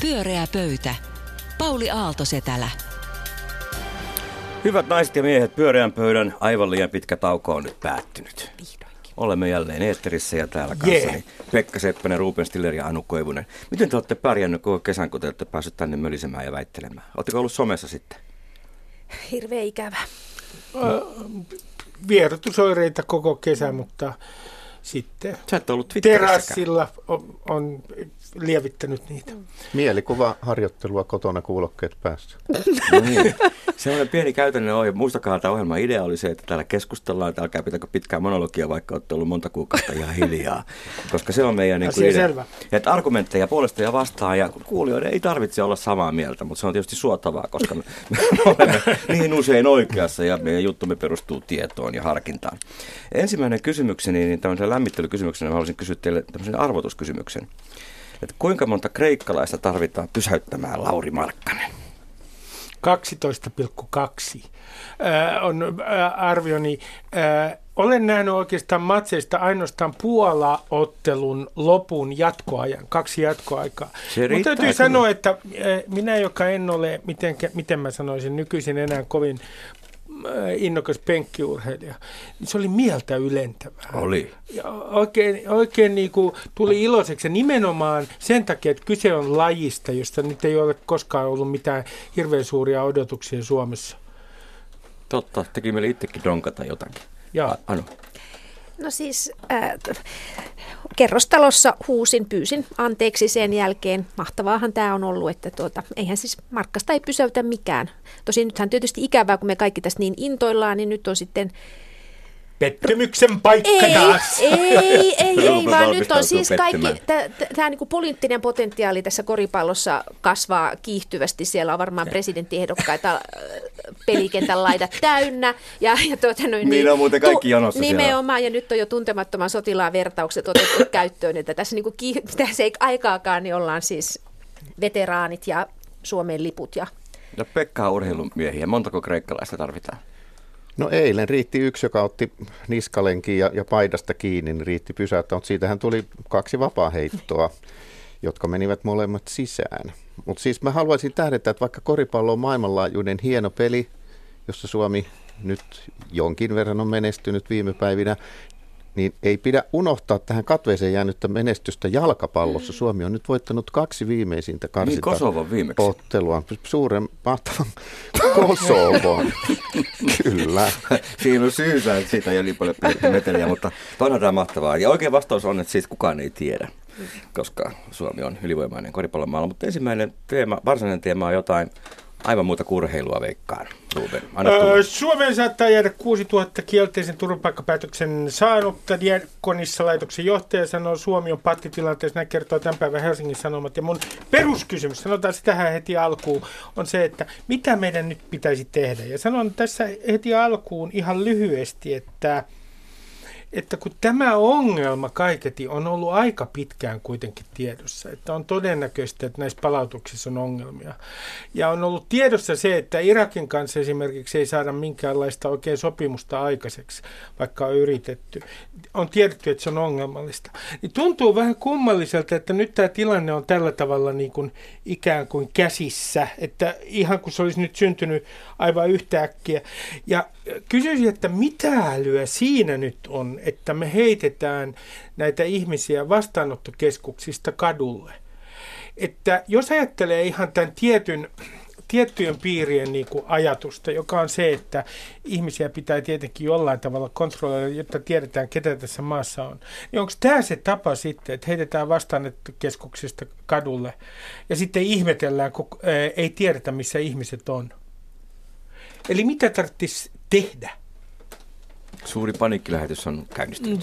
Pyöreä pöytä. Pauli Aalto-Setälä. Hyvät naiset ja miehet, pyöreän pöydän aivan liian pitkä tauko on nyt päättynyt. Vihdoinkin. Olemme jälleen eetterissä ja täällä kanssani Pekka Seppänen, Ruben Stiller ja Anu Koivunen. Miten te olette pärjännyt koko kesän, kun te olette päässeet tänne mölisemään ja väittelemään? Oletteko ollut somessa sitten? Hirveä ikävä. Vierotusoireita koko kesä, mutta sitten Sä et ollut Twitterissäkään. terassilla on lievittänyt niitä. Mielikuvaharjoittelua kotona, kuulokkeet päässä. No niin. Sellainen pieni käytännön ohje. Muistakaa, tämä ohjelman idea oli se, että täällä keskustellaan, että älkää pitäkö pitkää monologia, vaikka olette ollut monta kuukautta ihan hiljaa. Koska se on meidän niin idea. Selvä. Että argumentteja puolesta ja vastaan, ja kuulijoiden ei tarvitse olla samaa mieltä, mutta se on tietysti suotavaa, koska me olemme niin usein oikeassa ja meidän juttumme perustuu tietoon ja harkintaan. Ensimmäinen kysymykseni, niin tämmöisen lämmittelykysymyksenä, mä haluaisin kysyä teille tämmöisen arvotuskysymyksen. Että kuinka monta kreikkalaista tarvitaan pysäyttämään Lauri Markkanen? 12,2 on arvioni. Olen nähnyt oikeastaan matseista ainoastaan Puola-ottelun lopun jatkoajan, 2 jatkoaikaa. Mutta täytyy sanoa, että minä, joka en ole, miten mä sanoisin, nykyisin enää kovin innokas penkkiurheilija, niin se oli mieltä ylentävää. Oli. Ja oikein niin kuin tuli iloiseksi ja nimenomaan sen takia, että kyse on lajista, josta nyt ei ole koskaan ollut mitään hirveän suuria odotuksia Suomessa. Totta, teki meille itsekin donkata jotakin. Anu. No siis kerrostalossa pyysin anteeksi sen jälkeen. Mahtavaahan tämä on ollut, että eihän siis Markkasta ei pysäytä mikään. Tosin nythän tietysti ikävää, kun me kaikki tässä niin intoillaan, niin nyt on sitten pettymyksen paikka taas. Ei, vaan nyt on siis kaikki, tämä niinku poliittinen potentiaali tässä koripallossa kasvaa kiihtyvästi. Siellä on varmaan presidenttiehdokkaita pelikentän laidat täynnä. Niin on muuten kaikki jonossa nimenomaan, ja nyt on jo tuntemattoman sotilaan vertaukset otettu käyttöön, että tässä niinku tässä ei aikaakaan, niin ollaan siis veteraanit ja Suomen liput. Ja Pekka on urheilumiehiä. Montako kreikkalaista tarvitaan? No eilen riitti yksi, joka otti niskalenkin ja paidasta kiinni, niin riitti pysäyttää, mutta siitähän tuli 2 vapaaheittoa, jotka menivät molemmat sisään. Mutta siis mä haluaisin tähdentää, että vaikka koripallo on maailmanlaajuinen hieno peli, jossa Suomi nyt jonkin verran on menestynyt viime päivinä, niin ei pidä unohtaa tähän katveeseen jäänyttä menestystä jalkapallossa. Suomi on nyt voittanut 2 viimeisintä karsintaottelua. Suuren mahtavan Kosovon. Kyllä. Siinä on syysä, että siitä ei ole niin paljon pidetty meteliä, mutta onhan tämä mahtavaa. Ja oikein vastaus on, että siitä kukaan ei tiedä, koska Suomi on ylivoimainen koripallomaalla. Mutta ensimmäinen teema, varsinainen teema on jotain aivan muuta kurheilua, veikkaan. Ruben, Suomeen saattaa jäädä 6000 kielteisen turvapaikkapäätöksen saanutta. Diakonissa-laitoksen johtaja sanoo, Suomi on pattitilanteessa. Näin kertoo tämän päivän Helsingin Sanomat. Ja mun peruskysymys, sanotaan se tähän heti alkuun, on se, että mitä meidän nyt pitäisi tehdä. Ja sanon tässä heti alkuun ihan lyhyesti, että kun tämä ongelma kaiketi on ollut aika pitkään kuitenkin tiedossa, että on todennäköistä, että näissä palautuksissa on ongelmia. Ja on ollut tiedossa se, että Irakin kanssa esimerkiksi ei saada minkäänlaista oikein sopimusta aikaiseksi, vaikka on yritetty. On tiedetty, että se on ongelmallista. Niin tuntuu vähän kummalliselta, että nyt tämä tilanne on tällä tavalla niin kuin ikään kuin käsissä, että ihan kuin se olisi nyt syntynyt aivan yhtäkkiä. Ja kysyisin, että mitä älyä siinä nyt on, että me heitetään näitä ihmisiä vastaanottokeskuksista kadulle. Että jos ajattelee ihan tämän tiettyjen piirien niin kuin ajatusta, joka on se, että ihmisiä pitää tietenkin jollain tavalla kontrolloida, jotta tiedetään, ketä tässä maassa on. Niin onko tämä se tapa sitten, että heitetään vastaanottokeskuksista kadulle ja sitten ihmetellään, kun ei tiedetä, missä ihmiset on? Eli mitä tarvitsisi tehdä? Suuri paniikkilähetys on käynnistynyt.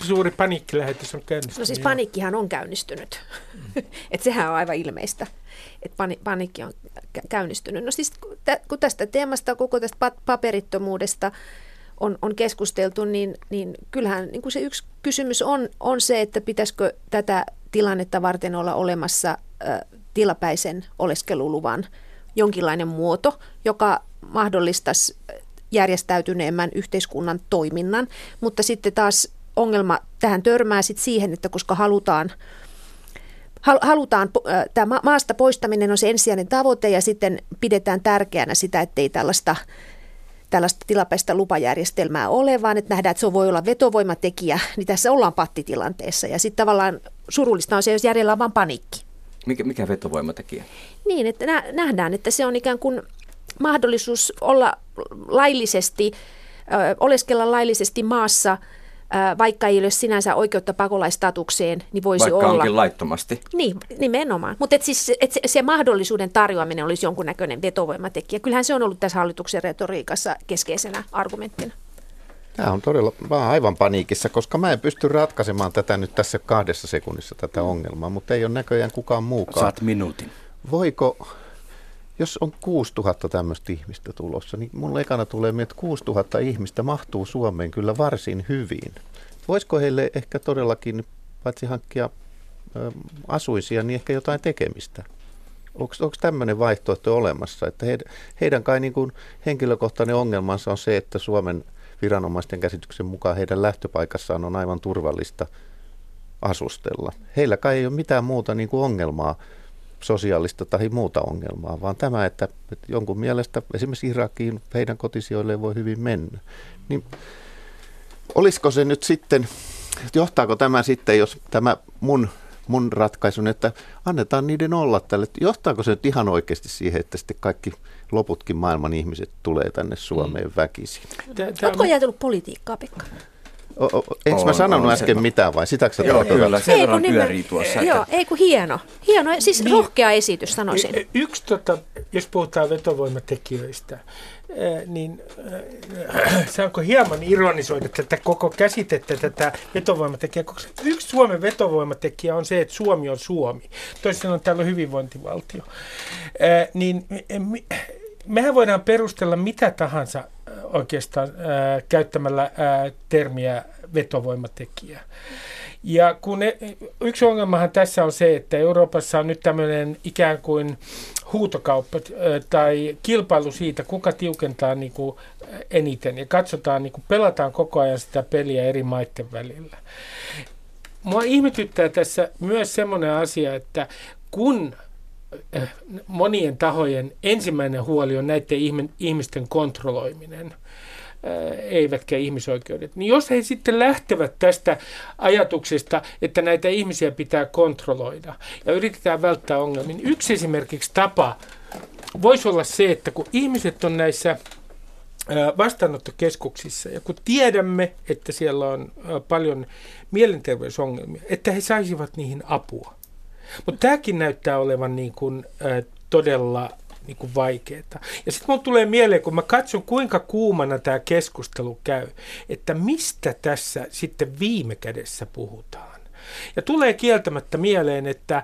No siis paniikkihan on käynnistynyt. Että sehän on aivan ilmeistä, että paniikki on käynnistynyt. No siis kun tästä teemasta, koko tästä paperittomuudesta on keskusteltu, niin kyllähän niin kuin se yksi kysymys on se, että pitäisikö tätä tilannetta varten olla olemassa tilapäisen oleskeluluvan jonkinlainen muoto, joka mahdollistaisi järjestäytyneemmän yhteiskunnan toiminnan, mutta sitten taas ongelma tähän törmää sitten siihen, että koska halutaan, tämä maasta poistaminen on se ensisijainen tavoite ja sitten pidetään tärkeänä sitä, ettei tällaista tilapäistä lupajärjestelmää ole, vaan että nähdään, että se voi olla vetovoimatekijä, niin tässä ollaan pattitilanteessa. Ja sitten tavallaan surullista on se, jos järjellä on vain paniikki. Mikä vetovoimatekijä? Niin, että nähdään, että se on ikään kuin mahdollisuus olla laillisesti, oleskella laillisesti maassa, vaikka ei ole sinänsä oikeutta pakolaistatukseen, niin voisi vaikka olla. Vaikka onkin laittomasti. Niin, nimenomaan. Mutta siis, se mahdollisuuden tarjoaminen olisi jonkunnäköinen vetovoimatekijä. Kyllähän se on ollut tässä hallituksen retoriikassa keskeisenä argumenttina. Tämä on todella aivan paniikissa, koska mä en pysty ratkaisemaan tätä nyt tässä 2 sekunnissa tätä ongelmaa, mutta ei ole näköjään kukaan muukaan. Saat minuutin. Voiko, jos on 6000 tämmöistä ihmistä tulossa, niin mun ekana tulee mieleen, että 6000 ihmistä mahtuu Suomeen kyllä varsin hyvin. Voisiko heille ehkä todellakin paitsi hankkia asuisia, niin ehkä jotain tekemistä? Onko tämmöinen vaihtoehto olemassa, että heidän kai niin kuin henkilökohtainen ongelmansa on se, että Suomen viranomaisten käsityksen mukaan heidän lähtöpaikassaan on aivan turvallista asustella. Heillä kai ei ole mitään muuta niin kuin ongelmaa, sosiaalista tai muuta ongelmaa, vaan tämä, että jonkun mielestä esimerkiksi Irakiin heidän kotisijoilleen voi hyvin mennä. Niin olisiko se nyt sitten, johtaako tämä sitten, jos tämä mun ratkaisun, että annetaan niiden olla tälle, johtaako se nyt ihan oikeasti siihen, että sitten kaikki loputkin maailman ihmiset tulee tänne Suomeen väkisin? Oletko ajatellut politiikkaa, Pekka? Eikö mä sanonut äsken mitään vai sitäkö sä tarkoitat? Kyllä, sen verran pyörii tuossa. Joo, ei kun hieno, siis niin, rohkea esitys sanoisin. Yksi, jos puhutaan vetovoimatekijöistä, niin saanko hieman ironisoida tätä koko käsitettä, tätä vetovoimatekijää, koska yksi Suomen vetovoimatekijä on se, että Suomi on Suomi. Toisin sanoen täällä on hyvinvointivaltio. Niin mehän voidaan perustella mitä tahansa oikeastaan käyttämällä termiä vetovoimatekijä. Ja kun yksi ongelmahan tässä on se, että Euroopassa on nyt tämmöinen ikään kuin huutokauppa tai kilpailu siitä, kuka tiukentaa niin kuin eniten ja katsotaan, niin kuin pelataan koko ajan sitä peliä eri maiden välillä. Mua ihmetyttää tässä myös semmoinen asia, että kun monien tahojen ensimmäinen huoli on näiden ihmisten kontrolloiminen, eivätkä ihmisoikeudet. Niin jos he sitten lähtevät tästä ajatuksesta, että näitä ihmisiä pitää kontrolloida ja yritetään välttää ongelmia, niin yksi esimerkiksi tapa voisi olla se, että kun ihmiset on näissä vastaanottokeskuksissa ja kun tiedämme, että siellä on paljon mielenterveysongelmia, että he saisivat niihin apua. Mutta tämäkin näyttää olevan niin kuin, todella niin kuin vaikeaa. Ja sitten minulle tulee mieleen, kun mä katson, kuinka kuumana tämä keskustelu käy, että mistä tässä sitten viime kädessä puhutaan. Ja tulee kieltämättä mieleen, että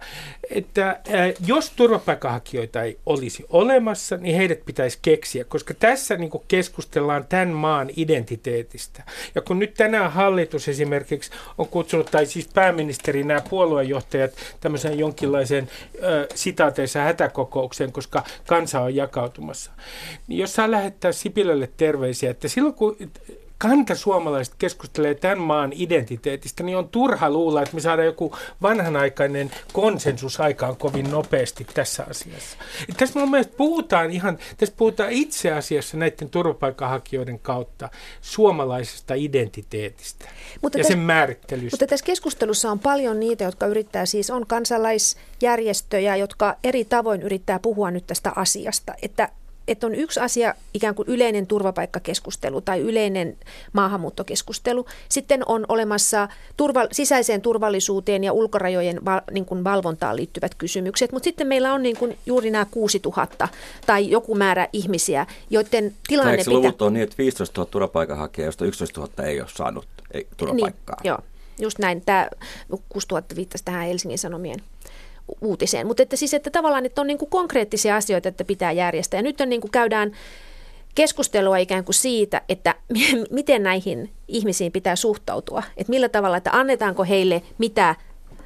jos turvapaikanhakijoita ei olisi olemassa, niin heidät pitäisi keksiä, koska tässä niin kuin keskustellaan tämän maan identiteetistä. Ja kun nyt tänään hallitus esimerkiksi on kutsunut, tai siis pääministeri, nämä puoluejohtajat tämmöiseen jonkinlaiseen sitaateissa hätäkokoukseen, koska kansa on jakautumassa, niin jos saa lähettää Sipilälle terveisiä, että silloin kun kantasuomalaiset keskustelee tämän maan identiteetistä, niin on turha luulla, että me saadaan joku vanhanaikainen konsensus aikaan kovin nopeasti tässä asiassa. Et tässä mun mielestä puhutaan itse asiassa näiden turvapaikanhakijoiden kautta suomalaisesta identiteetistä ja sen määrittelystä. Mutta tässä keskustelussa on paljon niitä, jotka yrittää, siis on kansalaisjärjestöjä, jotka eri tavoin yrittää puhua nyt tästä asiasta, että on yksi asia ikään kuin yleinen turvapaikkakeskustelu tai yleinen maahanmuuttokeskustelu. Sitten on olemassa sisäiseen turvallisuuteen ja ulkorajojen niin kuin valvontaan liittyvät kysymykset, mutta sitten meillä on niin kuin juuri nämä 6000 tai joku määrä ihmisiä, joiden tilanne pitää. Luvut on niin, että 15 000 turvapaikanhakijaa, josta 11 000 ei ole saanut turvapaikkaa. Niin, joo, just näin. Tämä 6000 viittasi tähän Helsingin Sanomien uutiseen, mutta että tavallaan että on niin kuin konkreettisia asioita, että pitää järjestää. Ja nyt on niin kuin käydään keskustelua ikään kuin siitä, että miten näihin ihmisiin pitää suhtautua. Että millä tavalla, että annetaanko heille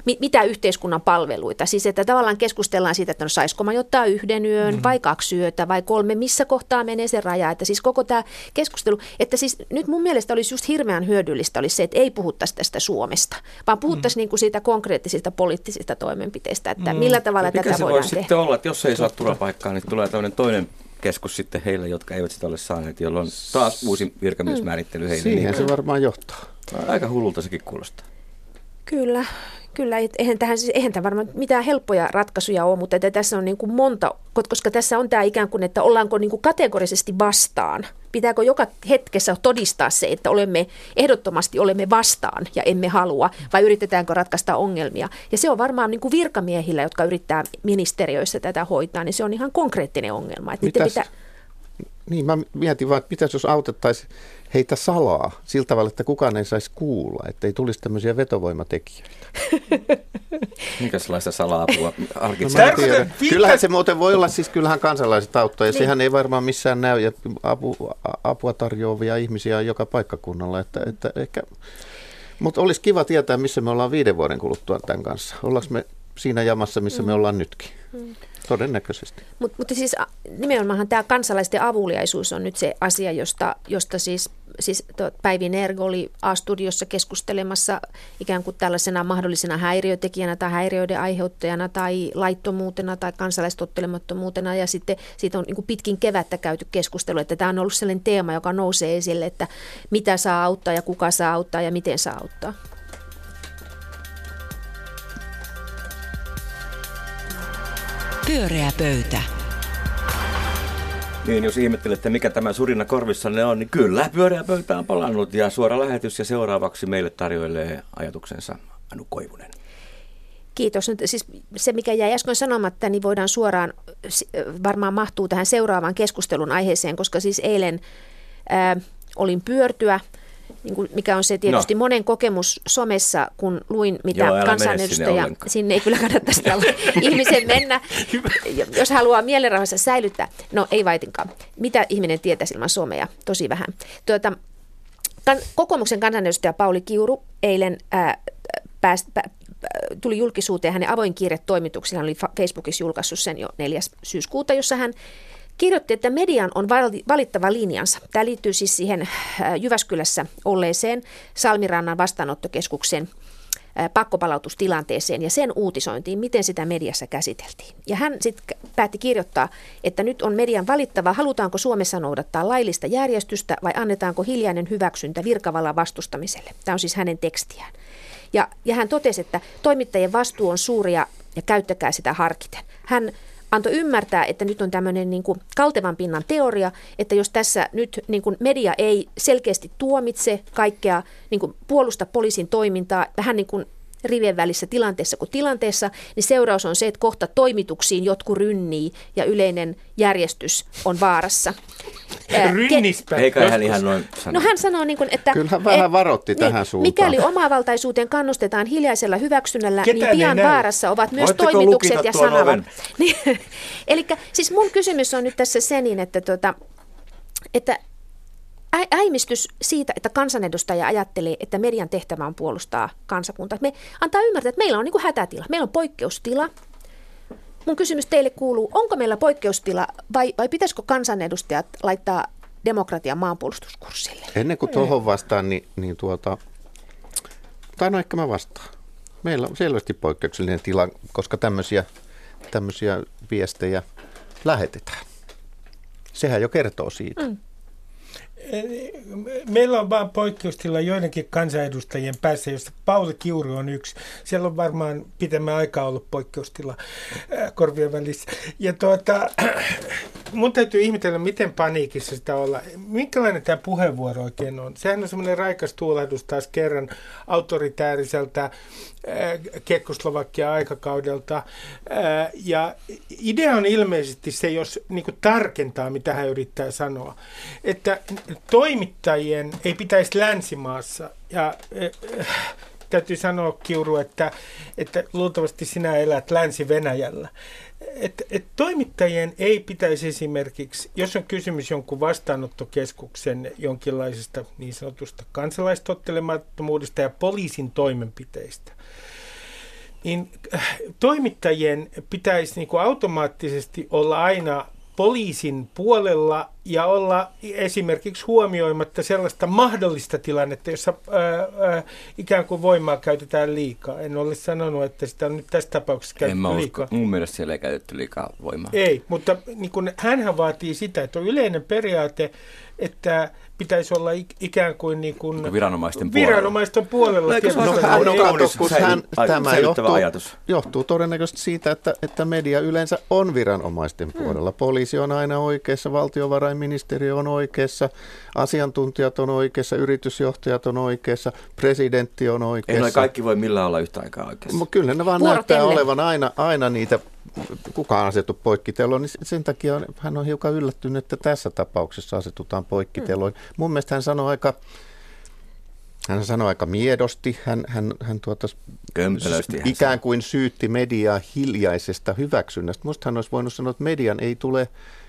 mitä yhteiskunnan palveluita. Siis että tavallaan keskustellaan siitä, että no saisiko majoittaa 1 yön vai 2 yötä vai 3, missä kohtaa menee se raja. Että siis koko tämä keskustelu, että siis nyt mun mielestä olisi just hirveän hyödyllistä olisi se, että ei puhuttaisi tästä Suomesta, vaan puhuttaisiin niin kuin siitä konkreettisista poliittisista toimenpiteistä, että millä tavalla tätä voidaan tehdä. Mikä se voisi sitten olla, että jos ei saa turvapaikkaa, niin tulee tämmöinen toinen keskus sitten heille, jotka eivät sitä ole saaneet, jolloin taas uusi virkamiesmäärittely heille. Siihen se varmaan johtaa. Aika hullulta sekin kuulostaa. Kyllä. Eihän tämä varmaan mitään helppoja ratkaisuja ole, mutta että tässä on niin kuin monta, koska tässä on tämä ikään kuin, että ollaanko niin kuin kategorisesti vastaan. Pitääkö joka hetkessä todistaa se, että ehdottomasti olemme vastaan ja emme halua, vai yritetäänkö ratkaista ongelmia. Ja se on varmaan niin kuin virkamiehillä, jotka yrittää ministeriöissä tätä hoitaa, niin se on ihan konkreettinen ongelma. Että Niin, mä mietin vaan, että mitäs jos autettaisiin heitä salaa sillä tavalla, että kukaan ei saisi kuulla, että ei tulisi tämmöisiä vetovoimatekijöitä. Minkälaista sala-apua Kyllähän se muuten voi olla, siis kyllähän kansalaiset auttaa, ja niin. Sehän ei varmaan missään näy, ja apua tarjoavia ihmisiä on joka paikkakunnalla, että ehkä. Mutta olisi kiva tietää, missä me ollaan 5 vuoden kuluttua tämän kanssa. Ollaanko me siinä jamassa, missä me ollaan nytkin? Todennäköisesti. Mutta siis nimenomaan tämä kansalaisten avuliaisuus on nyt se asia, josta siis Päivi Nergo oli A-studiossa keskustelemassa ikään kuin tällaisena mahdollisena häiriötekijänä tai häiriöiden aiheuttajana tai laittomuutena tai kansalaistottelemattomuutena. Ja sitten siitä on niin kuin pitkin kevättä käyty keskustelu, että tämä on ollut sellainen teema, joka nousee esille, että mitä saa auttaa ja kuka saa auttaa ja miten saa auttaa. Pyöreä pöytä. Niin, jos ihmettelette, mikä tämä surina korvissanne on, niin kyllä, pyöreä pöytä on palannut ja suora lähetys ja seuraavaksi meille tarjoilee ajatuksensa Anu Koivunen. Kiitos. Nyt siis se, mikä jäi äsken sanomatta, niin voidaan suoraan, varmaan mahtuu tähän seuraavaan keskustelun aiheeseen, koska siis eilen olin pyörtyä, niin kuin mikä on se tietysti monen kokemus somessa, kun luin, mitä kansanedustaja, sinne ei kyllä kannattaisi ihmisen mennä, jos haluaa mielenrauhassa säilyttää. No ei vaitinkaan. Mitä ihminen tietäisi ilman somea? Tosi vähän. Kokoomuksen kansanedustaja Pauli Kiuru eilen tuli julkisuuteen hänen avoin kirje toimituksella. Hän oli Facebookissa julkaissut sen jo 4. syyskuuta, jossa hän kirjoitti, että median on valittava linjansa. Tämä liittyy siis siihen Jyväskylässä olleeseen Salmirannan vastaanottokeskuksen pakkopalautustilanteeseen ja sen uutisointiin, miten sitä mediassa käsiteltiin. Ja hän sitten päätti kirjoittaa, että nyt on median valittava, halutaanko Suomessa noudattaa laillista järjestystä vai annetaanko hiljainen hyväksyntä virkavallan vastustamiselle. Tämä on siis hänen tekstiään. Ja hän totesi, että toimittajien vastuu on suuri ja käyttäkää sitä harkiten. Hän antoi ymmärtää, että nyt on tämmöinen niin kuin kaltevan pinnan teoria, että jos tässä nyt niin kuin media ei selkeästi tuomitse kaikkea, niin kuin puolusta poliisin toimintaa, vähän niin kuin rivien välissä tilanteessa kuin tilanteessa, niin seuraus on se, että kohta toimituksiin jotkut rynnii ja yleinen järjestys on vaarassa. Eikä hän ihan noin sano. No hän sanoo, niin kuin, että kyllä hän vähän varoitti tähän suuntaan. Mikäli omavaltaisuuteen kannustetaan hiljaisella hyväksynnällä, niin pian vaarassa ovat myös toimitukset ja sanavat. Eli siis mun kysymys on nyt tässä se niin, että äimistys siitä, että kansanedustaja ajattelee, että median tehtävä on puolustaa kansakuntaa. Me antaa ymmärtää, että meillä on niin kuin hätätila, meillä on poikkeustila. Mun kysymys teille kuuluu, onko meillä poikkeustila vai pitäisikö kansanedustajat laittaa demokratian maanpuolustuskurssille? Ennen kuin tuohon vastaan, tai no ehkä mä vastaan. Meillä on selvästi poikkeuksellinen tila, koska tämmöisiä viestejä lähetetään. Sehän jo kertoo siitä. Meillä on vain poikkeustila joidenkin kansanedustajien päässä, josta Pauli Kiuru on yksi. Siellä on varmaan pitemmän aikaa ollut poikkeustila korvien välissä. Ja mun täytyy ihmetellä, miten paniikissa sitä olla. Minkälainen tämä puheenvuoro oikein on? Sehän on semmoinen raikas tuulahdus taas kerran autoritääriseltä Kekkoslovakian aikakaudelta. Ja idea on ilmeisesti se, jos niin kuin tarkentaa, mitä hän yrittää sanoa, että toimittajien ei pitäisi länsimaassa, ja täytyy sanoa Kiuru, että luultavasti sinä elät Länsi-Venäjällä, että toimittajien ei pitäisi esimerkiksi, jos on kysymys jonkun vastaanottokeskuksen jonkinlaisesta niin sanotusta kansalaistottelemattomuudesta ja poliisin toimenpiteistä, niin toimittajien pitäisi niin kuin automaattisesti olla aina poliisin puolella ja olla esimerkiksi huomioimatta sellaista mahdollista tilannetta, jossa ikään kuin voimaa käytetään liikaa. En ole sanonut, että sitä on nyt tässä tapauksessa käytetty liikaa. Mun mielestä siellä ei käytetty liikaa voimaa. Ei, mutta niin kun, hänhän vaatii sitä, että on yleinen periaate, että pitäisi olla ikään kuin, viranomaisten puolella. Tämä johtuu todennäköisesti siitä, että media yleensä on viranomaisten puolella. Poliisi on aina oikeassa, valtiovarainministeriö on oikeassa, asiantuntijat on oikeassa, yritysjohtajat on oikeassa, presidentti on oikeassa. Ei kaikki voi millään olla yhtä aikaa oikeassa. Mutta kyllä ne vaan näyttää olevan aina niitä, kukaan asetu poikkiteloon, niin sen takia hän on hiukan yllättynyt, että tässä tapauksessa asetutaan poikkiteloon. Mun mielestä hän sanoi aika miedosti, hän ikään kuin syytti mediaa hiljaisesta hyväksynnästä. Musta hän olisi voinut sanoa, että median ei tule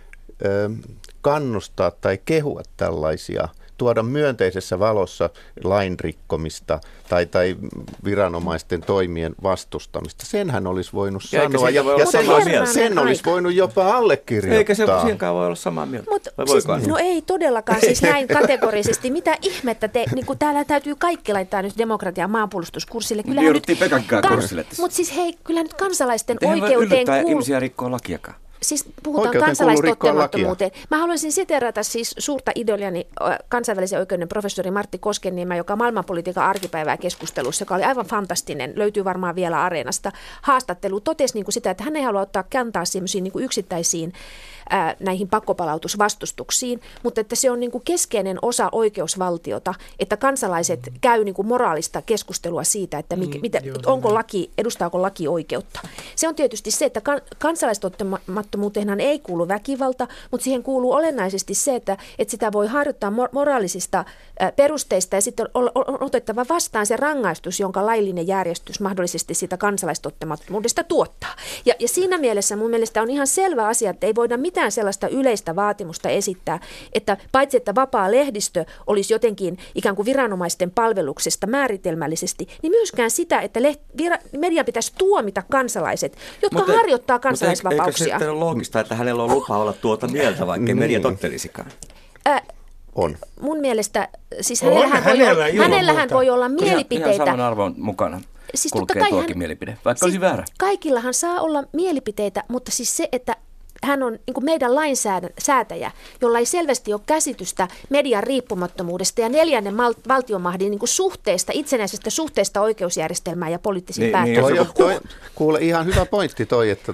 kannustaa tai kehua tällaisia, tuoda myönteisessä valossa lain rikkomista tai viranomaisten toimien vastustamista. Sen hän olisi voinut sanoa ja sen olisi voinut jopa allekirjoittaa. Eikä siihenkään voi olla samaa mieltä. No ei todellakaan siis näin kategorisesti. Mitä ihmettä te, niin kuin täällä täytyy kaikki laittaa nyt demokratian maanpuolustuskurssille. Jouduttiin Pekankaan kurssille. Mutta siis hei, kyllä nyt kansalaisten oikeuteen ihmisiä rikkoa lakiakaan. Siis puhutaan kansalaistottelemattomuuteen. Mä haluaisin siteerata siis suurta idoliani, kansainvälisen oikeuden professori Martti Koskenniemä, joka maailmanpolitiikan arkipäivää keskustelussa, joka oli aivan fantastinen, löytyy varmaan vielä Areenasta, haastattelu, totesi niin kuin sitä, että hän ei halua ottaa kantaa sellaisiin niin kuin yksittäisiin näihin pakkopalautusvastustuksiin, mutta että se on niin kuin keskeinen osa oikeusvaltiota, että kansalaiset käy niin kuin moraalista keskustelua siitä, että edustaako laki oikeutta. Se on tietysti se, että kansalaistottelemattomuuteenhan ei kuulu väkivalta, mutta siihen kuuluu olennaisesti se, että sitä voi harjoittaa moraalisista perusteista ja sitten on otettava vastaan se rangaistus, jonka laillinen järjestys mahdollisesti siitä kansalaistottelemattomuudesta tuottaa. Ja siinä mielessä mun mielestä on ihan selvä asia, että ei voida mitään sellaista yleistä vaatimusta esittää, että paitsi että vapaa lehdistö olisi jotenkin ikään kuin viranomaisten palveluksesta määritelmällisesti, niin myöskään sitä, että median pitäisi tuomita kansalaiset, jotka harjoittaa kansalaisvapauksia. Eikö se sitten ole loogista, että hänellä on lupa olla tuota mieltä, vaikka ei media tottelisikaan? On. Mun mielestä, siis hänellähän voi olla mielipiteitä. Ihan saman arvon mukana. Siis kulkee tuokin mielipide, vaikka olisi väärä. Kaikillahan saa olla mielipiteitä, mutta siis se, että hän on niin kuin meidän lainsäätäjä, jolla ei selvästi ole käsitystä median riippumattomuudesta ja neljännen valtiomahdin niin kuin itsenäisestä suhteesta oikeusjärjestelmään ja poliittisiin päätöksiin. Kuule, ihan hyvä pointti toi, että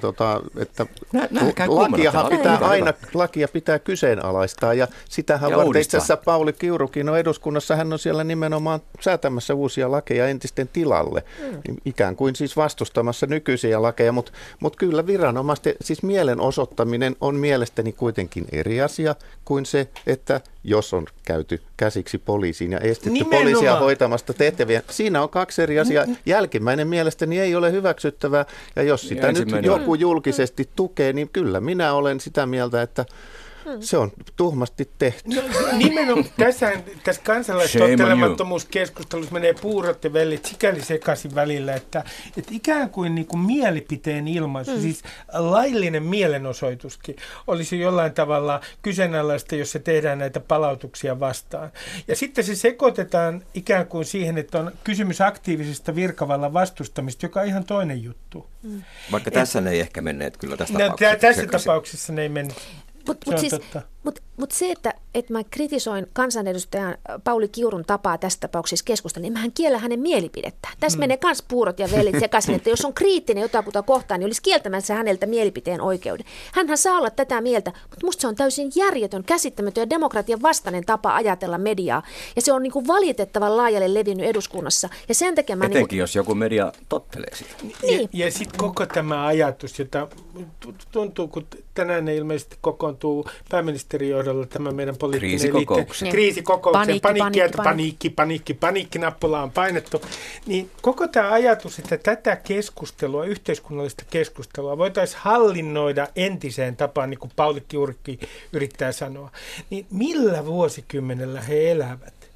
lakia pitää kyseenalaistaa ja sitähän varten itse asiassa Pauli Kiurukin on eduskunnassa, hän on siellä nimenomaan säätämässä uusia lakeja entisten tilalle, ikään kuin siis vastustamassa nykyisiä lakeja, mutta kyllä viranomaisten siis mielenosoittaminen on mielestäni kuitenkin eri asia kuin se, että jos on käyty käsiksi poliisiin ja estetty poliisia hoitamasta tehtäviä. Siinä on kaksi eri asiaa. Jälkimmäinen mielestäni ei ole hyväksyttävää ja jos sitä nyt joku julkisesti tukee, niin kyllä minä olen sitä mieltä, että se on tuhmasti tehty. No, nimenomaan tässä kansalaistottelemattomuuskeskustelussa menee puurot ja vellit sikäli sekaisin välillä, että ikään kuin mielipiteen ilmaisu, siis laillinen mielenosoituskin olisi jollain tavalla kyseenalaista, jos se tehdään näitä palautuksia vastaan. Ja sitten se sekoitetaan ikään kuin siihen, että on kysymys aktiivisesta virkavallan vastustamista, joka on ihan toinen juttu. Vaikka tässä ne ei ehkä menneet kyllä tästä tässä tapauksessa ne ei mennyt. Mutta se, että mä kritisoin kansanedustajan Pauli Kiurun tapaa tässä tapauksessa keskustella, niin mähän kiellä hänen mielipidettään. Tässä menee myös puurot ja vellit sekaisin, että jos on kriittinen jotakuta kohtaan, niin olisi kieltämässä häneltä mielipiteen oikeuden. Hänhän saa olla tätä mieltä, mutta musta se on täysin järjetön, käsittämätön ja demokratian vastainen tapa ajatella mediaa. Ja se on niin kuin valitettavan laajalle levinnyt eduskunnassa. Ja sen takia etenkin jos joku media tottelee sitä. Niin. Ja sitten koko tämä ajatus, jota tuntuu, kun tänään ne ilmeisesti kokoontuu pääministerin johdolla tämä meidän poliittinen kriisikokouksen paniikkinappula on painettu, niin koko tämä ajatus, että tätä keskustelua, yhteiskunnallista keskustelua voitaisiin hallinnoida entiseen tapaan, niin kuin Pauli Kiurikki yrittää sanoa, niin millä vuosikymmenellä he elävät?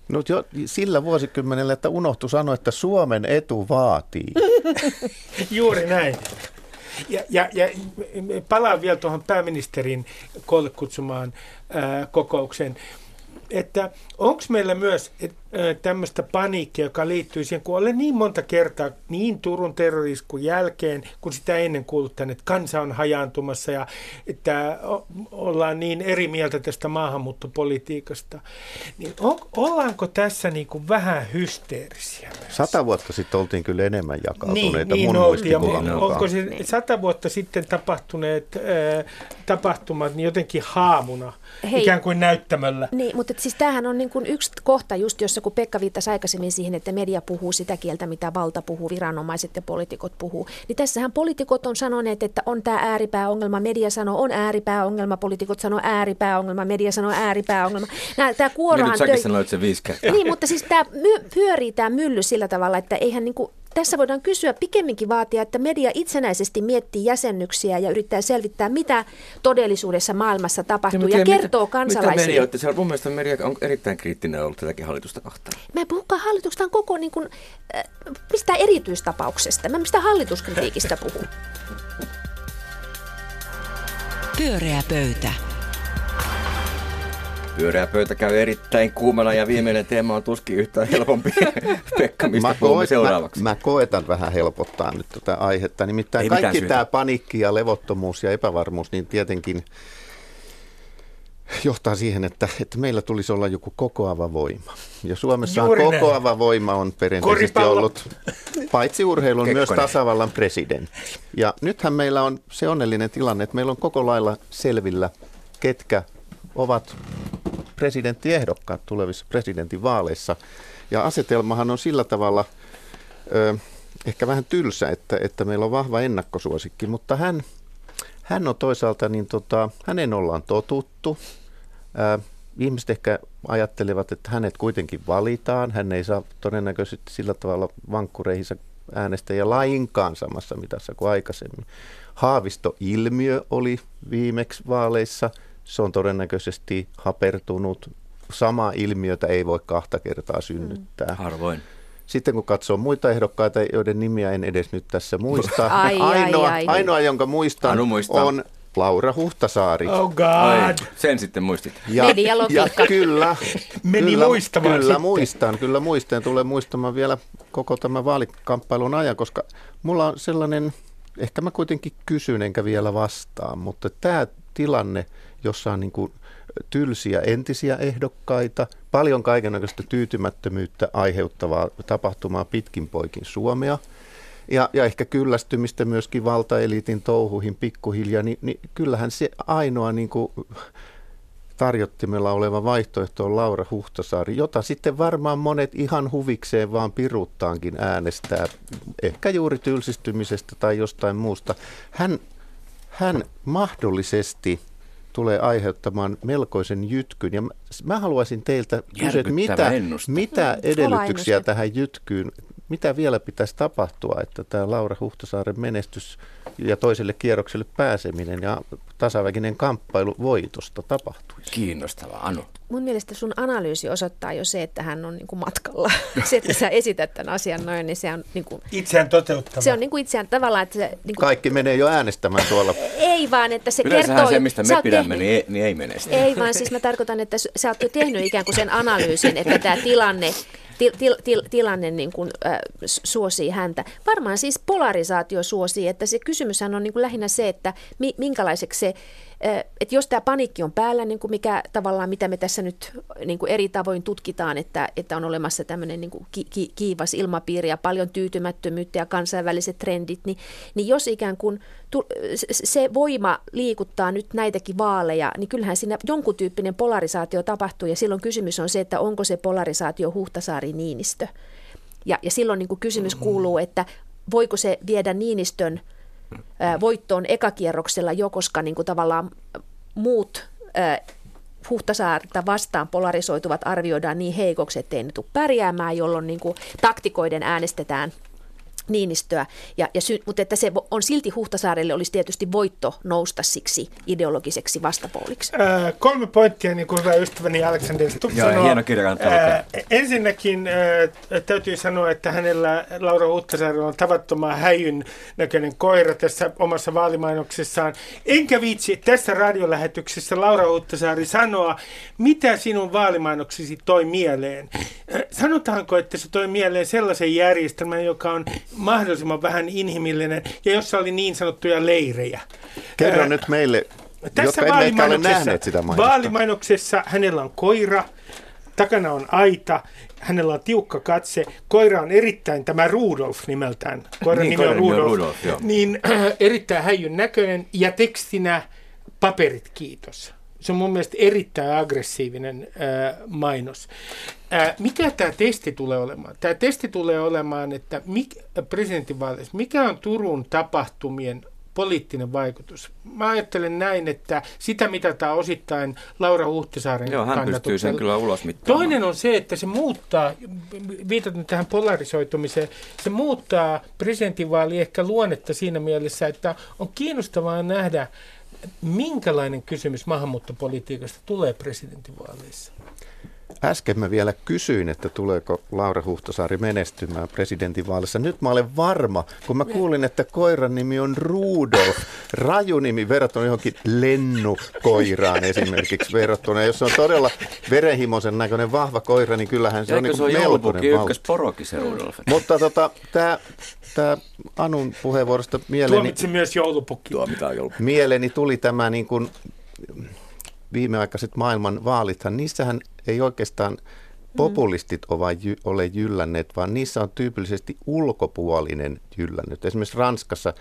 No jo sillä vuosikymmenellä, että unohtui sanoa, että Suomen etu vaatii. Juuri näin. Ja palaan vielä tuohon pääministerin koolle kutsumaan kokoukseen, että onko meillä myös tämmöistä paniikkia, joka liittyy siihen, kun olen niin monta kertaa niin Turun terroriskun jälkeen, kun sitä ennen kuullut tänne, että kansa on hajaantumassa ja että ollaan niin eri mieltä tästä maahanmuuttopolitiikasta, niin ollaanko tässä niin kuin vähän hysteerisiä? 100 vuotta sitten oltiin kyllä enemmän jakautuneita niin mun muistikuvan mukaan. Onko se 100 vuotta sitten tapahtuneet tapahtumat niin jotenkin haamuna, ikään kuin näyttämöllä? Niin, mutta siis tämähän on niin kuin yksi kohta just, jossa kun Pekka viittasi aikaisemmin siihen, että media puhuu sitä kieltä, mitä valta puhuu, viranomaiset ja poliitikot puhuu, niin tässähän poliitikot on sanoneet, että on tämä ääripääongelma, media sanoo on ääripääongelma, poliitikot sanoo ääripääongelma, media sanoo ääripääongelma. Tämä kuorohan nyt säkin sanoit se 5 kertaa. Niin, mutta siis tämä pyörii tämä mylly sillä tavalla, että eihän niin kuin tässä voidaan kysyä, pikemminkin vaatia, että media itsenäisesti miettii jäsennyksiä ja yrittää selvittää, mitä todellisuudessa maailmassa tapahtuu ja kertoo kansalaisille. Mun mielestä media on erittäin kriittinen ollut tätäkin hallitusta kohtaan. Mä en puhukaan hallituksesta, koko niin kuin, mistään erityistapauksesta. Mä mistään hallituskritiikistä puhun. Pyöreä pöytä. Pyöreä pöytä käy erittäin kuumana ja viimeinen teema on tuskin yhtään helpompi. Pekka, mistä puhumme seuraavaksi? Mä koetan vähän helpottaa nyt tätä aihetta. Nimittäin kaikki tämä paniikki ja levottomuus ja epävarmuus, niin tietenkin johtaa siihen, että meillä tulisi olla joku kokoava voima. Ja Suomessa on kokoava voima on perinteisesti ollut, paitsi urheilun, myös tasavallan presidentti. Ja nythän meillä on se onnellinen tilanne, että meillä on koko lailla selvillä, ketkä ovat presidenttiehdokkaat tulevissa presidentinvaaleissa. Ja asetelmahan on sillä tavalla ehkä vähän tylsä, että meillä on vahva ennakkosuosikki, mutta hän on toisaalta, niin hänen ollaan totuttu. Ihmiset ehkä ajattelevat, että hänet kuitenkin valitaan. Hän ei saa todennäköisesti sillä tavalla vankkureihinsa äänestäjiä lainkaan samassa mitassa kuin aikaisemmin. Haavisto-ilmiö oli viimeksi vaaleissa. Se on todennäköisesti hapertunut. Samaa ilmiötä ei voi 2 kertaa synnyttää. Harvoin. Sitten kun katsoo muita ehdokkaita, joiden nimiä en edes nyt tässä muista. Ainoa, jonka muistan, on Laura Huhtasaari. Oh God! Ai, sen sitten muistit. Ja kyllä. Meni muistamaan Kyllä muistan. Tulen muistamaan vielä koko tämän vaalikamppailun ajan, koska mulla on sellainen, ehkä mä kuitenkin kysyn enkä vielä vastaan, mutta tämä tilanne, jossa on niin kuin tylsiä entisiä ehdokkaita, paljon kaikennäköistä tyytymättömyyttä aiheuttavaa tapahtumaa pitkin poikin Suomea ja ehkä kyllästymistä myöskin valtaeliitin touhuihin pikkuhiljaa, niin kyllähän se ainoa niin kuin tarjottimella oleva vaihtoehto on Laura Huhtasaari, jota sitten varmaan monet ihan huvikseen vaan piruuttaankin äänestää, ehkä juuri tylsistymisestä tai jostain muusta. Hän mahdollisesti tulee aiheuttamaan melkoisen jytkyn. Ja mä haluaisin teiltä kysyä, että mitä edellytyksiä tähän jytkyyn, mitä vielä pitäisi tapahtua, että tämä Laura Huhtasaaren menestys ja toiselle kierrokselle pääseminen ja tasaväkinen kamppailu voitosta tapahtuisi? Kiinnostavaa, Anu. Mun mielestä sun analyysi osoittaa jo se, että hän on niin kuin matkalla. Se, että sä esität tämän asian noin, niin se on niin kuin itseään toteuttava. Se on niin kuin itseään tavallaan, että se niin kuin kaikki menee jo äänestämään tuolla. Ei vaan, että se yleensähän kertoo. Se, mistä me pidämme, niin ei mene sitä. Ei vaan, siis mä tarkoitan, että sä oot jo tehnyt ikään kuin sen analyysin, että tämä tilanne niin kuin, suosii häntä. Varmaan siis polarisaatio suosii, että se kysymyshän on niin kuin lähinnä se, että minkälaiseksi se, että jos tämä paniikki on päällä, niin kuin mikä tavallaan, mitä me tässä nyt niin kuin eri tavoin tutkitaan, että on olemassa tämmöinen niin kuin kiivas ilmapiiri ja paljon tyytymättömyyttä ja kansainväliset trendit, niin jos ikään kuin se voima liikuttaa nyt näitäkin vaaleja, niin kyllähän siinä jonkun tyyppinen polarisaatio tapahtuu ja silloin kysymys on se, että onko se polarisaatio Huhtasaari-Niinistö. Ja silloin niin kuin kysymys kuuluu, että voiko se viedä Niinistön voittoon ekakierroksella jo, koska niin kuin tavallaan muut Huhtasaarta vastaan polarisoituvat arvioidaan niin heikoksi, ettei ne tule pärjäämään, jolloin niin kuin taktikoiden äänestetään Niinistöä, mutta että se on silti Huhtasaarelle olisi tietysti voitto nousta siksi ideologiseksi vastapuoliksi. 3 pointtia, niin kuin hyvä ystäväni Alexander Stubb sanoo. Hieno kirja. Ensinnäkin täytyy sanoa, että hänellä Laura Huhtasaarella on tavattoman häijyn näköinen koira tässä omassa vaalimainoksessaan. Enkä viitsi tässä radiolähetyksessä Laura Huhtasaari sanoa, mitä sinun vaalimainoksesi toi mieleen. Sanotaanko, että se toi mieleen sellaisen järjestelmän, joka on mahdollisimman vähän inhimillinen ja jossa oli niin sanottuja leirejä. Kerro nyt meille, tässä jotka emme ehkä ole nähneet sitä mainosta. Vaalimainoksessa hänellä on koira, takana on aita, hänellä on tiukka katse, koira on erittäin, tämä Rudolf nimeltään, koiran nimi on Rudolf, niin erittäin häijyn näköinen ja tekstinä paperit kiitos. Se on mun mielestä erittäin aggressiivinen mainos. Mikä tämä testi tulee olemaan? Tämä testi tulee olemaan, että presidentinvaaleissa, mikä on Turun tapahtumien poliittinen vaikutus? Mä ajattelen näin, että sitä mitataan osittain Laura Huhtasaaren kannatuksella. Hän pystyy sen kyllä ulos mittaamaan. Toinen on se, että se muuttaa, viitaten tähän polarisoitumiseen, se muuttaa presidentinvaali ehkä luonnetta siinä mielessä, että on kiinnostavaa nähdä, minkälainen kysymys maahanmuuttopolitiikasta tulee presidentinvaaleissa? Äsken mä vielä kysyin, että tuleeko Laura Huhtasaari menestymään presidentinvaaleissa. Nyt mä olen varma, kun mä kuulin, että koiran nimi on Rudolf. Raju nimi verrattuna johonkin lennukoiraan esimerkiksi verrattuna. Jos se on todella verenhimoisen näköinen vahva koira, niin kyllähän se on niin kuin melkoinen valta. Ykkösporokin se Rudolf. Mutta tämä Anun puheenvuorosta tuomitsi myös joulupukki. Mieleeni tuli tämä niin kuin viimeaikaiset maailman vaalithan, niissähän ei oikeastaan populistit ole jyllänneet, vaan niissä on tyypillisesti ulkopuolinen jyllännyt. Esimerkiksi Ranskassa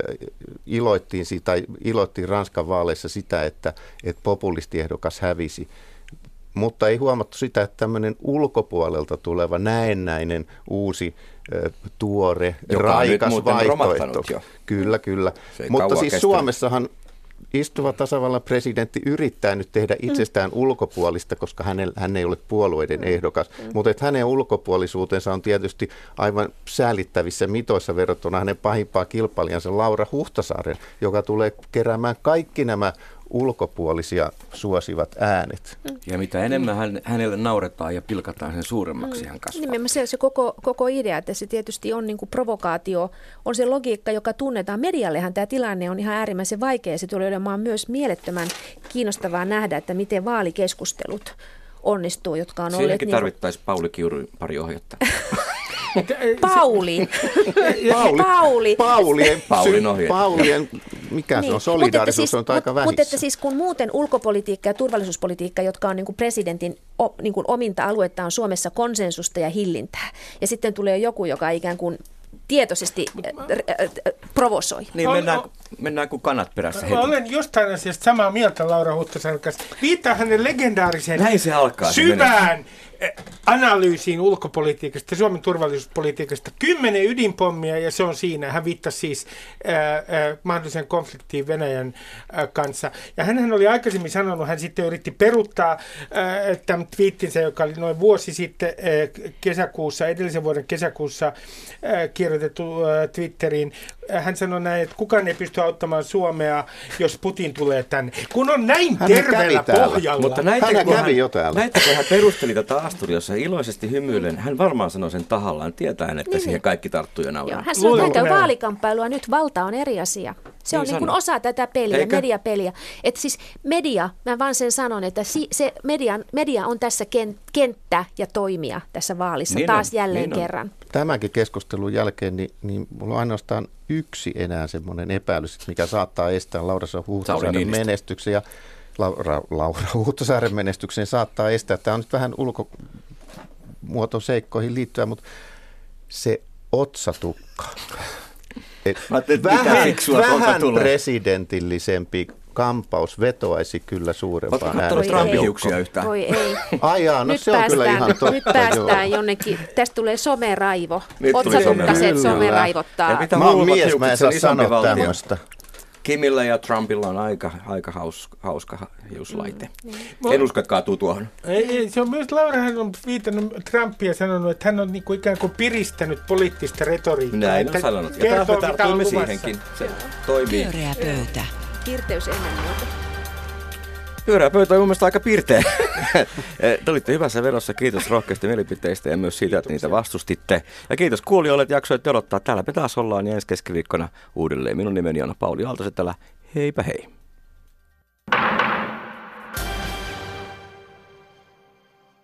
iloittiin Ranskan vaaleissa sitä, että populistiehdokas hävisi. Mutta ei huomattu sitä, että tämmöinen ulkopuolelta tuleva näennäinen uusi tuore, raikas vaihtoehto. Kyllä. Mutta siis Suomessahan istuva tasavallan presidentti yrittää nyt tehdä itsestään ulkopuolista, koska hän ei ole puolueiden ehdokas. Mutta että hänen ulkopuolisuutensa on tietysti aivan säälittävissä mitoissa verrattuna hänen pahimpaan kilpailijansa Laura Huhtasaaren, joka tulee keräämään kaikki nämä ulkopuolisia suosivat äänet. Ja mitä enemmän hänelle nauretaan ja pilkataan, sen suuremmaksi hän kasvaa. Nimenomaan se koko idea, että se tietysti on niin kuin provokaatio, on se logiikka, joka tunnetaan. Mediallehan tämä tilanne on ihan äärimmäisen vaikea. Se tulee olemaan myös mielettömän kiinnostavaa nähdä, että miten vaalikeskustelut onnistuu, jotka on olleet... Siinäkin tarvittaisiin Pauli Kiurun pari ohjetta. Paulien, mikä niin, se on, solidaarisuus on aika vähissä. Mutta että siis kun muuten ulkopolitiikka ja turvallisuuspolitiikka, jotka on niin kuin presidentin niin kuin ominta aluetta, on Suomessa konsensusta ja hillintää. Ja sitten tulee joku, joka ikään kuin tietoisesti provosoi. Niin, mennään kuin kanat perässä. Olen jostain asiasta samaa mieltä Laura Huhtasaaren kanssa. Viittaa hänen legendaariseen syvään analyysiin ulkopolitiikasta, Suomen turvallisuuspolitiikasta. 10 ydinpommia ja se on siinä. Hän viittasi siis mahdolliseen konfliktiin Venäjän kanssa. Ja hän oli aikaisemmin sanonut, hän sitten yritti peruuttaa tämän twiittinsä, joka oli noin vuosi sitten kesäkuussa, edellisen vuoden kesäkuussa kirjoitettu Twitteriin. Hän sanoi näin, että kukaan ei pysty auttamaan Suomea, jos Putin tulee tänne. Kun on näin terveellä pohjalla. Mutta näitäkö hän perusteli tätä Asturiassa iloisesti hymyillen. Hän varmaan sanoi sen tahallaan, tietäen, että siihen kaikki tarttuu ja nauraa. Hän sanoi, että hän käy vaalikamppailua, nyt valta on eri asia. Se on niin kuin osa tätä peliä, mediapeliä. Että siis media, mä vaan sen sanon, että se media on tässä kenttä ja toimija tässä vaalissa niin taas jälleen kerran. Tämänkin keskustelun jälkeen, niin mulla on ainoastaan yksi enää semmoinen epäilys, mikä saattaa estää Laura Huhtasaaren menestyksen ja Laura Huhtasaaren menestyksen saattaa estää. Tämä on nyt vähän ulkomuotoseikkoihin liittyen, mutta se otsatukka. Vähän presidentillisempi kampaus vetoaisi kyllä suurempaan äänestäjäjoukkoon. Yhtään? Voi ei. No nyt se on kyllä ihan totta. Nyt päästään jonnekin. Tästä tulee someraivo. Otsatukkaset someraivottaa. Mä oon mies, mä en saa sanoa tämmöistä. Kimillä ja Trumpilla on aika hauska hiuslaite. En usko, että kaatuu tuohon. Ei, se on myös, Laurahan on viitannut Trumpia ja sanonut, että hän on niin kuin ikään kuin piristänyt poliittista retoriikkaa. Näin on sanonut. Ja tartuimme siihenkin. Se toimii. Pyöreä pöytä. Pirteys ennen muuta. Pyöreä pöytä on mun mielestä aika pirteä. Te olitte hyvässä vedossa. Kiitos rohkeista mielipiteistä ja myös siitä, että niitä vastustitte. Ja kiitos kuulijoille, että jaksoitte odottaa. Täällä me taas ollaan ja ensi keskiviikkona uudelleen. Minun nimeni on Pauli Aaltosetälä. Heipä hei.